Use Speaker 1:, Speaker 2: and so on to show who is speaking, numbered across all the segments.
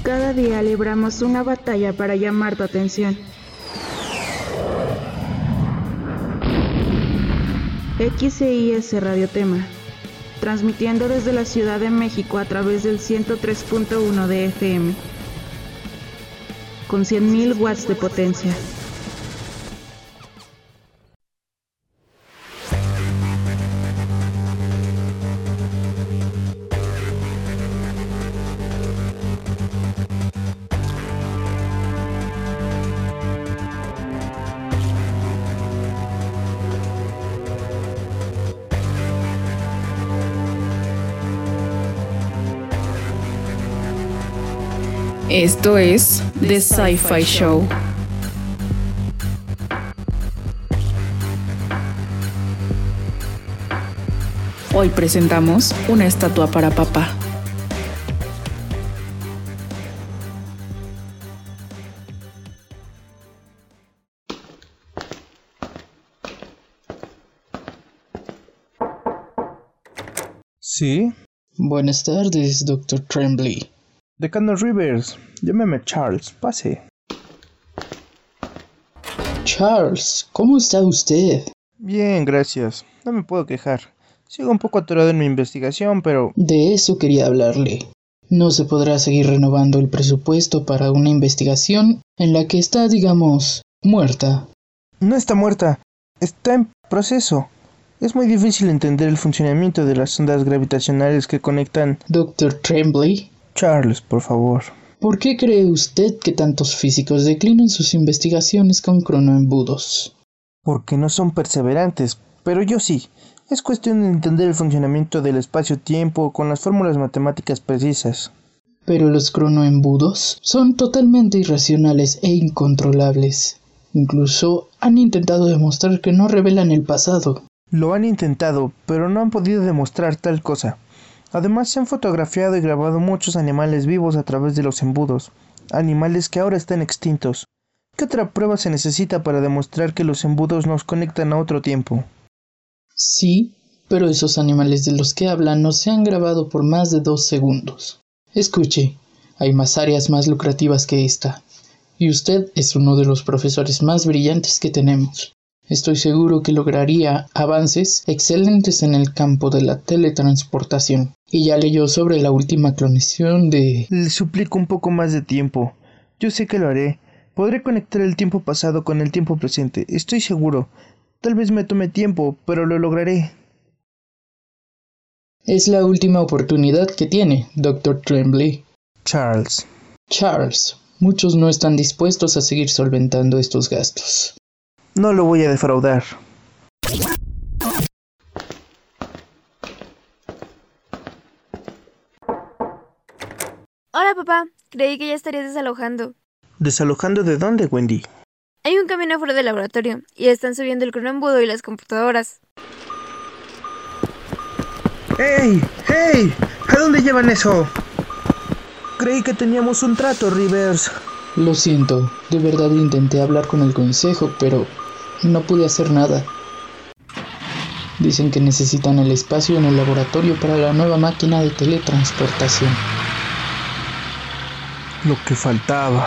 Speaker 1: Cada día libramos una batalla para llamar tu atención. XCIS Radio Tema, transmitiendo desde la Ciudad de México a través del 103.1 de FM, con 100.000 watts de potencia.
Speaker 2: Esto es The Sci-Fi Show. Hoy presentamos una estatua para papá.
Speaker 3: ¿Sí?
Speaker 4: Buenas tardes, Dr. Tremblay.
Speaker 3: Decano Rivers, llámeme Charles, pase.
Speaker 4: Charles, ¿cómo está usted?
Speaker 3: Bien, gracias. No me puedo quejar. Sigo un poco atorado en mi investigación, pero...
Speaker 4: De eso quería hablarle. No se podrá seguir renovando el presupuesto para una investigación en la que está, digamos, muerta.
Speaker 3: No está muerta. Está en proceso. Es muy difícil entender el funcionamiento de las ondas gravitacionales que conectan...
Speaker 4: Dr. Tremblay.
Speaker 3: Charles, por favor.
Speaker 4: ¿Por qué cree usted que tantos físicos declinan sus investigaciones con cronoembudos?
Speaker 3: Porque no son perseverantes, pero yo sí. Es cuestión de entender el funcionamiento del espacio-tiempo con las fórmulas matemáticas precisas.
Speaker 4: Pero los cronoembudos son totalmente irracionales e incontrolables. Incluso han intentado demostrar que no revelan el pasado.
Speaker 3: Lo han intentado, pero no han podido demostrar tal cosa. Además, se han fotografiado y grabado muchos animales vivos a través de los embudos, animales que ahora están extintos. ¿Qué otra prueba se necesita para demostrar que los embudos nos conectan a otro tiempo?
Speaker 4: Sí, pero esos animales de los que hablan no se han grabado por más de 2 segundos. Escuche, hay más áreas más lucrativas que esta, y usted es uno de los profesores más brillantes que tenemos. Estoy seguro que lograría avances excelentes en el campo de la teletransportación. Y ya leyó sobre la última clonación de...
Speaker 3: Le suplico un poco más de tiempo. Yo sé que lo haré. Podré conectar el tiempo pasado con el tiempo presente. Estoy seguro. Tal vez me tome tiempo, pero lo lograré.
Speaker 4: Es la última oportunidad que tiene, Dr. Tremblay.
Speaker 3: Charles.
Speaker 4: Charles, muchos no están dispuestos a seguir solventando estos gastos.
Speaker 3: No lo voy a defraudar.
Speaker 5: Hola papá, creí que ya estarías desalojando.
Speaker 3: ¿Desalojando de dónde, Wendy?
Speaker 5: Hay un camión afuera del laboratorio y están subiendo el cronoembudo y las computadoras.
Speaker 3: ¡Hey! ¡Hey! ¿A dónde llevan eso? Creí que teníamos un trato, Rivers.
Speaker 4: Lo siento, de verdad intenté hablar con el consejo, pero no pude hacer nada. Dicen que necesitan el espacio en el laboratorio para la nueva máquina de teletransportación.
Speaker 3: Lo que faltaba.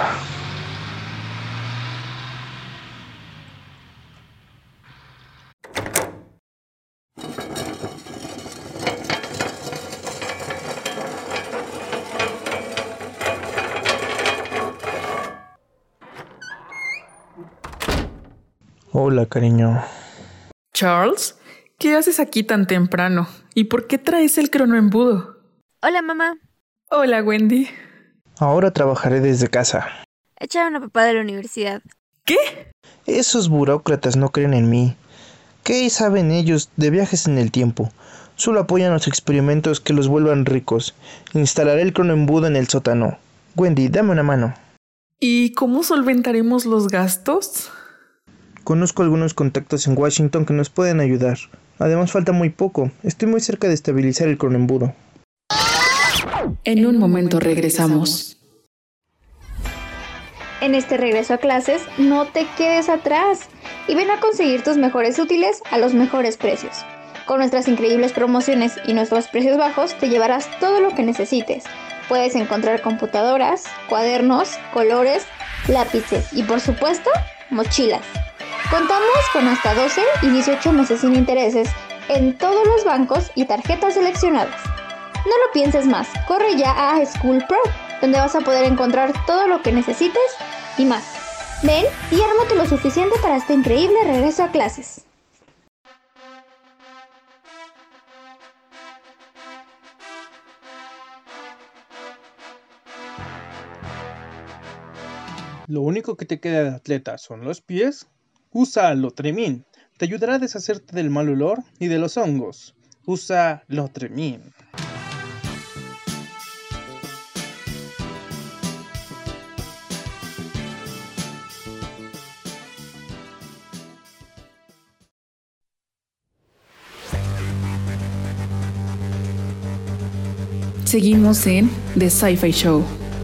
Speaker 3: Hola, cariño.
Speaker 2: Charles, ¿qué haces aquí tan temprano? ¿Y por qué traes el cronoembudo?
Speaker 5: Hola mamá.
Speaker 2: Hola, Wendy.
Speaker 3: Ahora trabajaré desde casa.
Speaker 5: Echaron a papá de la universidad.
Speaker 2: ¿Qué?
Speaker 3: Esos burócratas no creen en mí. ¿Qué saben ellos de viajes en el tiempo? Solo apoyan los experimentos que los vuelvan ricos. Instalaré el cronoembudo en el sótano. Wendy, dame una mano.
Speaker 2: ¿Y cómo solventaremos los gastos?
Speaker 3: Conozco algunos contactos en Washington que nos pueden ayudar. Además falta muy poco. Estoy muy cerca de estabilizar el cronoembudo.
Speaker 2: En un momento regresamos.
Speaker 6: En este regreso a clases, no te quedes atrás y ven a conseguir tus mejores útiles a los mejores precios. Con nuestras increíbles promociones y nuestros precios bajos, te llevarás todo lo que necesites. Puedes encontrar computadoras, cuadernos, colores, lápices y por supuesto, mochilas. Contamos con hasta 12 y 18 meses sin intereses en todos los bancos y tarjetas seleccionadas. No lo pienses más, corre ya a School Pro, donde vas a poder encontrar todo lo que necesites y más. Ven y ármate lo suficiente para este increíble regreso a clases.
Speaker 3: ¿Lo único que te queda de atleta son los pies? Usa Lotremin. Te ayudará a deshacerte del mal olor y de los hongos. Usa Lotremin.
Speaker 2: Seguimos en The Sci-Fi Show.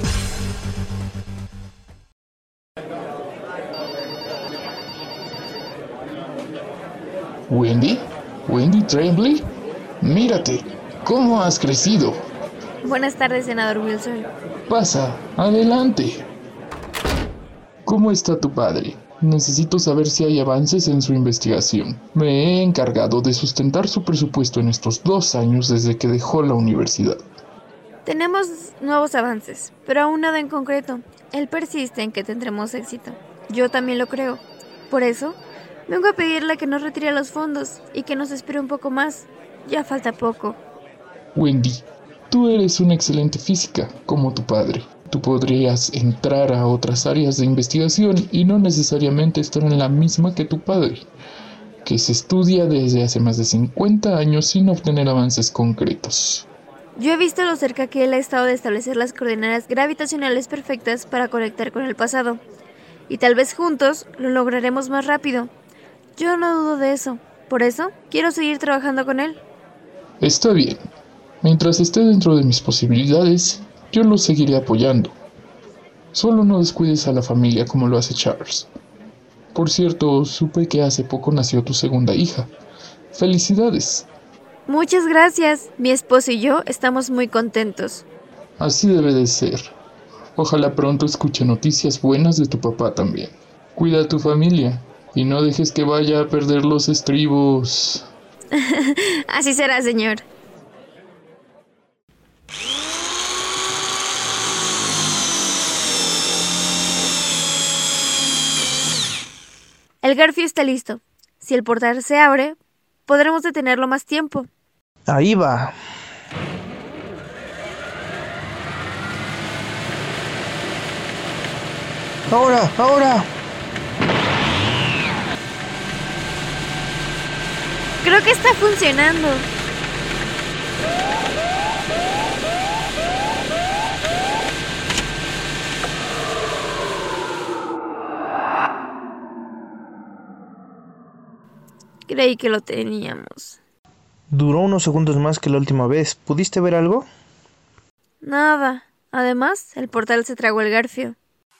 Speaker 7: Wendy Tremblay, mírate, ¿cómo has crecido?
Speaker 5: Buenas tardes, senador Wilson.
Speaker 7: Pasa, adelante. ¿Cómo está tu padre? Necesito saber si hay avances en su investigación. Me he encargado de sustentar su presupuesto en estos 2 años desde que dejó la universidad.
Speaker 5: Tenemos nuevos avances, pero aún nada en concreto. Él persiste en que tendremos éxito. Yo también lo creo. Por eso, vengo a pedirle que nos retire los fondos y que nos espere un poco más. Ya falta poco.
Speaker 7: Wendy, tú eres una excelente física, como tu padre. Tú podrías entrar a otras áreas de investigación y no necesariamente estar en la misma que tu padre, que se estudia desde hace más de 50 años sin obtener avances concretos.
Speaker 5: Yo he visto lo cerca que él ha estado de establecer las coordenadas gravitacionales perfectas para conectar con el pasado. Y tal vez juntos lo lograremos más rápido. Yo no dudo de eso. Por eso, quiero seguir trabajando con él.
Speaker 7: Está bien. Mientras esté dentro de mis posibilidades, yo lo seguiré apoyando. Solo no descuides a la familia como lo hace Charles. Por cierto, supe que hace poco nació tu segunda hija. ¡Felicidades!
Speaker 5: Muchas gracias. Mi esposo y yo estamos muy contentos.
Speaker 7: Así debe de ser. Ojalá pronto escuche noticias buenas de tu papá también. Cuida a tu familia y no dejes que vaya a perder los estribos.
Speaker 5: Así será, señor. El Garfio está listo. Si el portal se abre, podremos detenerlo más tiempo.
Speaker 3: Ahí va. ¡Ahora!
Speaker 5: Creo que está funcionando. Creí que lo teníamos.
Speaker 3: Duró unos segundos más que la última vez. ¿Pudiste ver algo?
Speaker 5: Nada. Además, el portal se tragó el Garfio.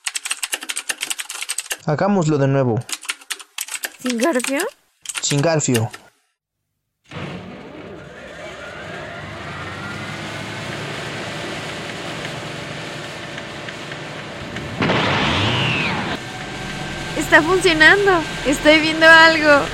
Speaker 3: Hagámoslo de nuevo.
Speaker 5: ¿Sin Garfio?
Speaker 3: Sin Garfio.
Speaker 5: Está funcionando. Estoy viendo algo.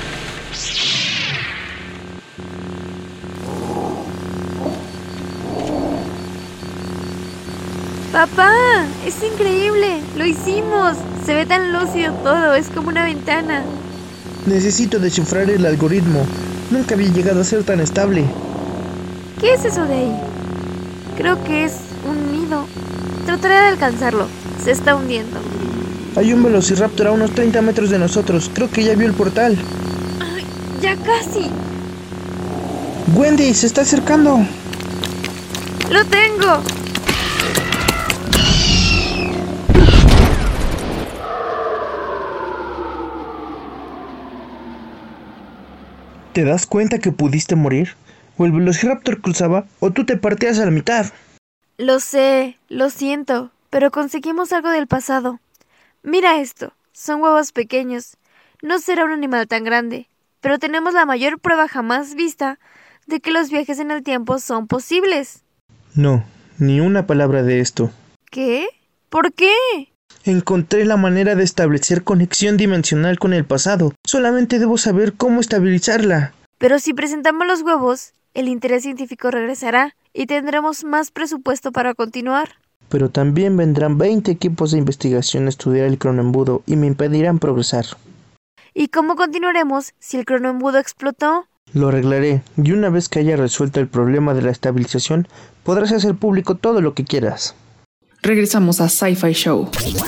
Speaker 5: ¡Papá! ¡Es increíble! ¡Lo hicimos! Se ve tan lúcido todo, es como una ventana.
Speaker 3: Necesito descifrar el algoritmo. Nunca había llegado a ser tan estable.
Speaker 5: ¿Qué es eso de ahí? Creo que es un nido. Trataré de alcanzarlo. Se está hundiendo.
Speaker 3: Hay un velociraptor a unos 30 metros de nosotros. Creo que ya vio el portal.
Speaker 5: ¡Ay, ya casi!
Speaker 3: ¡Wendy, se está acercando!
Speaker 5: ¡Lo tengo!
Speaker 3: ¿Te das cuenta que pudiste morir? O el velociraptor cruzaba, o tú te partías a la mitad.
Speaker 5: Lo sé, lo siento, pero conseguimos algo del pasado. Mira esto, son huevos pequeños. No será un animal tan grande, pero tenemos la mayor prueba jamás vista de que los viajes en el tiempo son posibles.
Speaker 3: No Ni una palabra de esto.
Speaker 5: ¿Qué? ¿Por qué?
Speaker 3: Encontré la manera de establecer conexión dimensional con el pasado. Solamente debo saber cómo estabilizarla.
Speaker 5: Pero si presentamos los huevos, el interés científico regresará y tendremos más presupuesto para continuar.
Speaker 3: Pero también vendrán 20 equipos de investigación a estudiar el cronoembudo y me impedirán progresar.
Speaker 5: ¿Y cómo continuaremos si el cronoembudo explotó?
Speaker 3: Lo arreglaré, y una vez que haya resuelto el problema de la estabilización, podrás hacer público todo lo que quieras.
Speaker 2: Regresamos a Sci-Fi Show.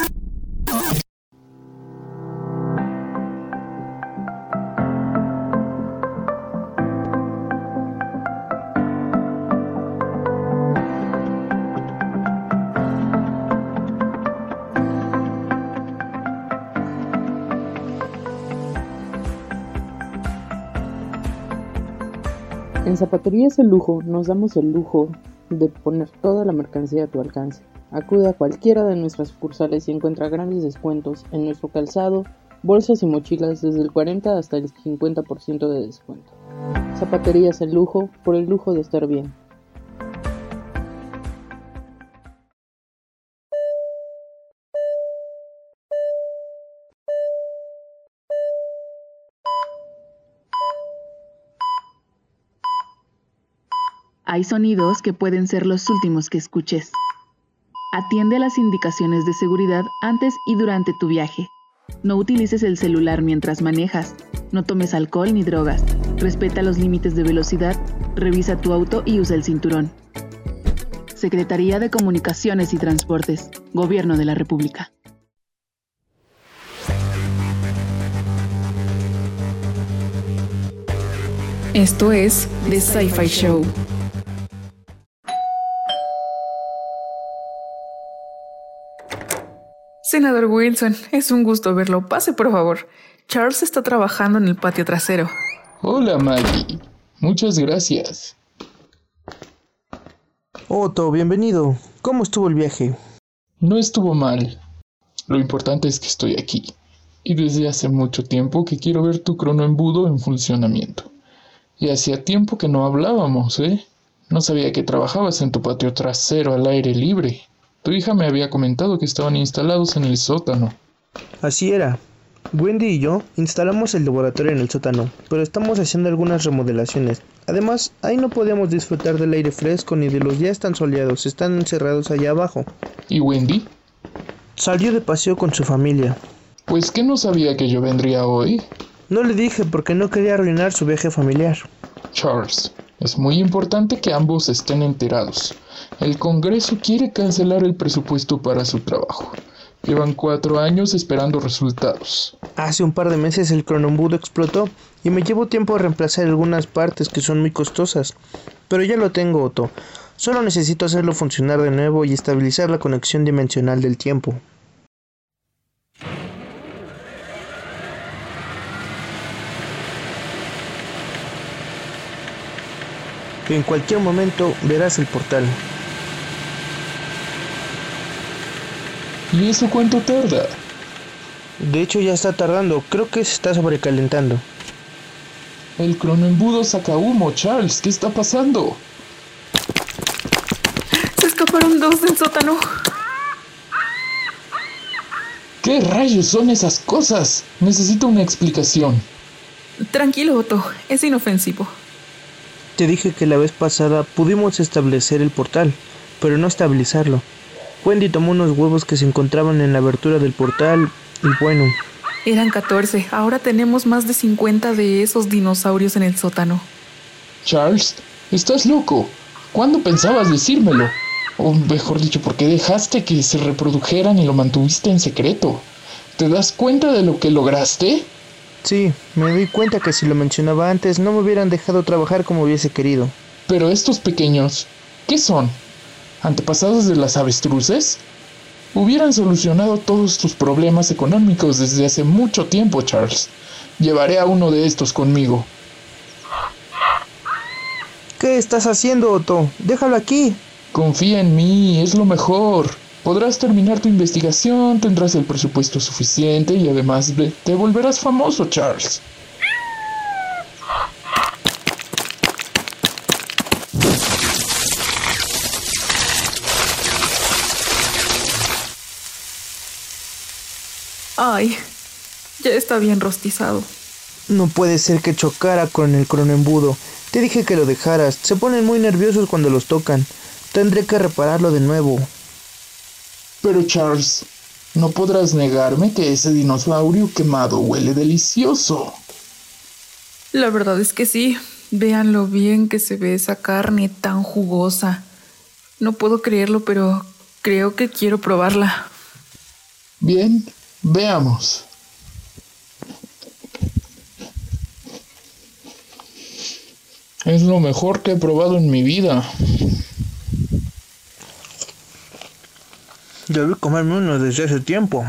Speaker 8: En Zapaterías El Lujo nos damos el lujo de poner toda la mercancía a tu alcance. Acude a cualquiera de nuestras sucursales y encuentra grandes descuentos en nuestro calzado, bolsas y mochilas desde el 40 hasta el 50% de descuento. Zapaterías El Lujo, por el lujo de estar bien.
Speaker 1: Hay sonidos que pueden ser los últimos que escuches. Atiende a las indicaciones de seguridad antes y durante tu viaje. No utilices el celular mientras manejas. No tomes alcohol ni drogas. Respeta los límites de velocidad. Revisa tu auto y usa el cinturón. Secretaría de Comunicaciones y Transportes. Gobierno de la República.
Speaker 2: Esto es The Sci-Fi Show. Senador Wilson, es un gusto verlo. Pase, por favor. Charles está trabajando en el patio trasero.
Speaker 7: Hola, Maggie. Muchas gracias.
Speaker 3: Otto, bienvenido. ¿Cómo estuvo el viaje?
Speaker 7: No estuvo mal. Lo importante es que estoy aquí. Y desde hace mucho tiempo que quiero ver tu cronoembudo en funcionamiento. Y hacía tiempo que no hablábamos, ¿eh? No sabía que trabajabas en tu patio trasero al aire libre. Tu hija me había comentado que estaban instalados en el sótano.
Speaker 3: Así era. Wendy y yo instalamos el laboratorio en el sótano, pero estamos haciendo algunas remodelaciones. Además, ahí no podemos disfrutar del aire fresco ni de los días tan soleados, están encerrados allá abajo.
Speaker 7: ¿Y Wendy?
Speaker 3: Salió de paseo con su familia.
Speaker 7: Pues que no sabía que yo vendría hoy.
Speaker 3: No le dije porque no quería arruinar su viaje familiar.
Speaker 7: Charles, es muy importante que ambos estén enterados. El Congreso quiere cancelar el presupuesto para su trabajo. Llevan 4 años esperando resultados.
Speaker 3: Hace un par de meses el cronoembudo explotó y me llevó tiempo a reemplazar algunas partes que son muy costosas. Pero ya lo tengo, Otto. Solo necesito hacerlo funcionar de nuevo y estabilizar la conexión dimensional del tiempo. En cualquier momento verás el portal.
Speaker 7: ¿Y eso cuánto tarda?
Speaker 3: De hecho ya está tardando, creo que se está sobrecalentando.
Speaker 7: El cronoembudo saca humo, Charles, ¿qué está pasando?
Speaker 2: Se escaparon 2 del sótano.
Speaker 7: ¿Qué rayos son esas cosas? Necesito una explicación.
Speaker 2: Tranquilo, Otto, es inofensivo.
Speaker 3: Te dije que la vez pasada pudimos establecer el portal, pero no estabilizarlo. Wendy tomó unos huevos que se encontraban en la abertura del portal y bueno...
Speaker 2: Eran 14, ahora tenemos más de 50 de esos dinosaurios en el sótano.
Speaker 7: Charles, ¿estás loco? ¿Cuándo pensabas decírmelo? O mejor dicho, ¿por qué dejaste que se reprodujeran y lo mantuviste en secreto? ¿Te das cuenta de lo que lograste?
Speaker 3: Sí, me doy cuenta que si lo mencionaba antes no me hubieran dejado trabajar como hubiese querido.
Speaker 7: Pero estos pequeños, ¿qué son? ¿Antepasados de las avestruces? Hubieran solucionado todos tus problemas económicos desde hace mucho tiempo, Charles. Llevaré a uno de estos conmigo.
Speaker 3: ¿Qué estás haciendo, Otto? Déjalo aquí.
Speaker 7: Confía en mí, es lo mejor. Podrás terminar tu investigación, tendrás el presupuesto suficiente y además te volverás famoso, Charles.
Speaker 2: Tremblay. Ya está bien rostizado.
Speaker 3: No puede ser que chocara con el cronoembudo. Te dije que lo dejaras. Se ponen muy nerviosos cuando los tocan. Tendré que repararlo de nuevo.
Speaker 7: Pero Charles, no podrás negarme que ese dinosaurio quemado huele delicioso.
Speaker 2: La verdad es que sí. Vean lo bien que se ve esa carne tan jugosa. No puedo creerlo, pero creo que quiero probarla.
Speaker 7: Bien, veamos. Es lo mejor que he probado en mi vida.
Speaker 3: Debí comerme uno desde hace tiempo.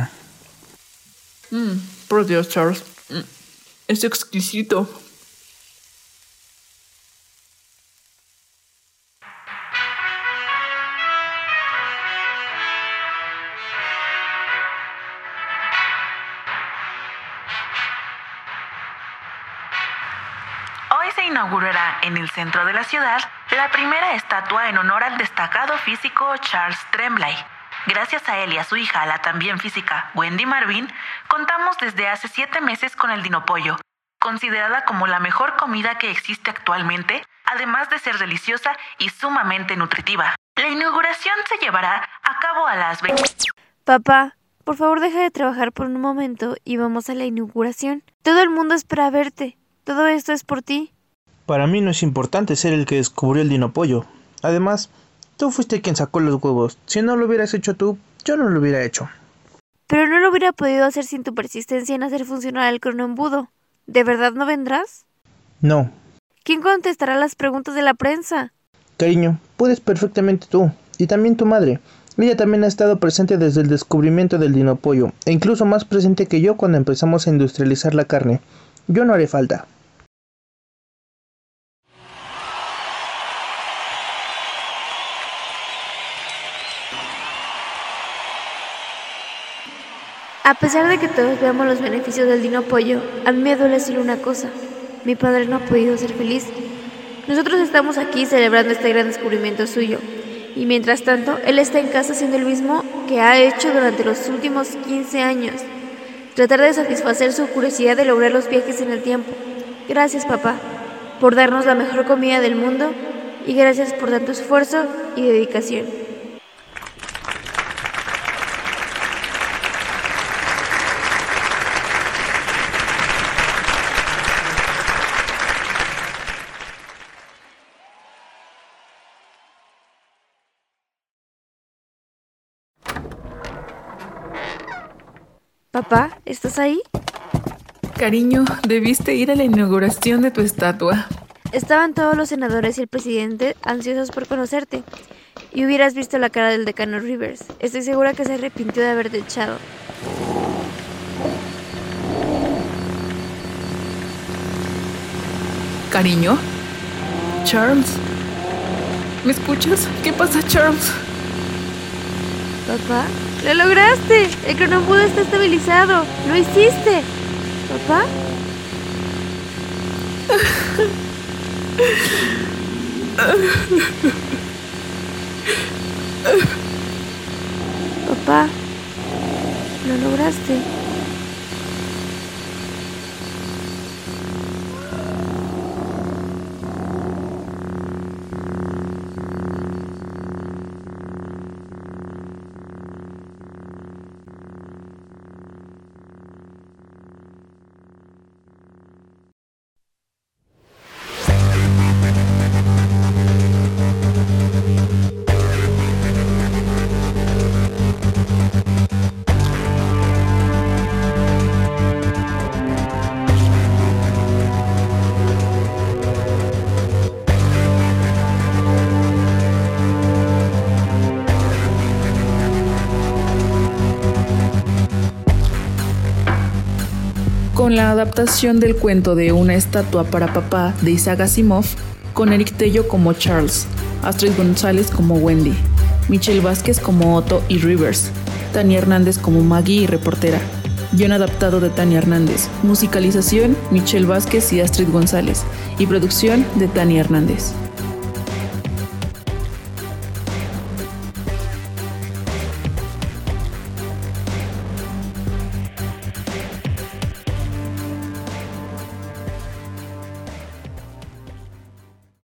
Speaker 2: Por Dios, Charles. Es exquisito.
Speaker 1: Hoy se inaugurará en el centro de la ciudad la primera estatua en honor al destacado físico Charles Tremblay. Gracias a él y a su hija, la también física Wendy Marvin, contamos desde hace 7 meses con el Dinopollo, considerada como la mejor comida que existe actualmente, además de ser deliciosa y sumamente nutritiva. La inauguración se llevará a cabo a las 20.
Speaker 5: Papá, por favor deja de trabajar por un momento y vamos a la inauguración. Todo el mundo espera verte. Todo esto es por ti.
Speaker 3: Para mí no es importante ser el que descubrió el Dinopollo. Además, tú fuiste quien sacó los huevos. Si no lo hubieras hecho tú, yo no lo hubiera hecho.
Speaker 5: Pero no lo hubiera podido hacer sin tu persistencia en hacer funcionar el cronoembudo. ¿De verdad no vendrás?
Speaker 3: No.
Speaker 5: ¿Quién contestará las preguntas de la prensa?
Speaker 3: Cariño, puedes perfectamente tú. Y también tu madre. Ella también ha estado presente desde el descubrimiento del Dinopollo. E incluso más presente que yo cuando empezamos a industrializar la carne. Yo no haré falta.
Speaker 5: A pesar de que todos veamos los beneficios del Dinopollo, a mí me duele solo una cosa. Mi padre no ha podido ser feliz. Nosotros estamos aquí celebrando este gran descubrimiento suyo. Y mientras tanto, él está en casa haciendo el mismo que ha hecho durante los últimos 15 años. Tratar de satisfacer su curiosidad de lograr los viajes en el tiempo. Gracias, papá, por darnos la mejor comida del mundo y gracias por tanto esfuerzo y dedicación. Papá, ¿estás ahí?
Speaker 2: Cariño, debiste ir a la inauguración de tu estatua.
Speaker 5: Estaban todos los senadores y el presidente ansiosos por conocerte. Y hubieras visto la cara del decano Rivers. Estoy segura que se arrepintió de haberte echado.
Speaker 2: Cariño. Charles. ¿Me escuchas? ¿Qué pasa, Charles?
Speaker 5: Papá, ¡lo lograste! El cronoembudo está estabilizado. ¡Lo hiciste! ¿Papá? Papá, lo lograste.
Speaker 2: Con la adaptación del cuento de Una estatua para papá de Isaac Asimov, con Eric Tello como Charles, Astrid González como Wendy, Michelle Vázquez como Otto y Rivers, Tania Hernández como Maggie y reportera, guión adaptado de Tania Hernández, musicalización Michelle Vázquez y Astrid González, y producción de Tania Hernández.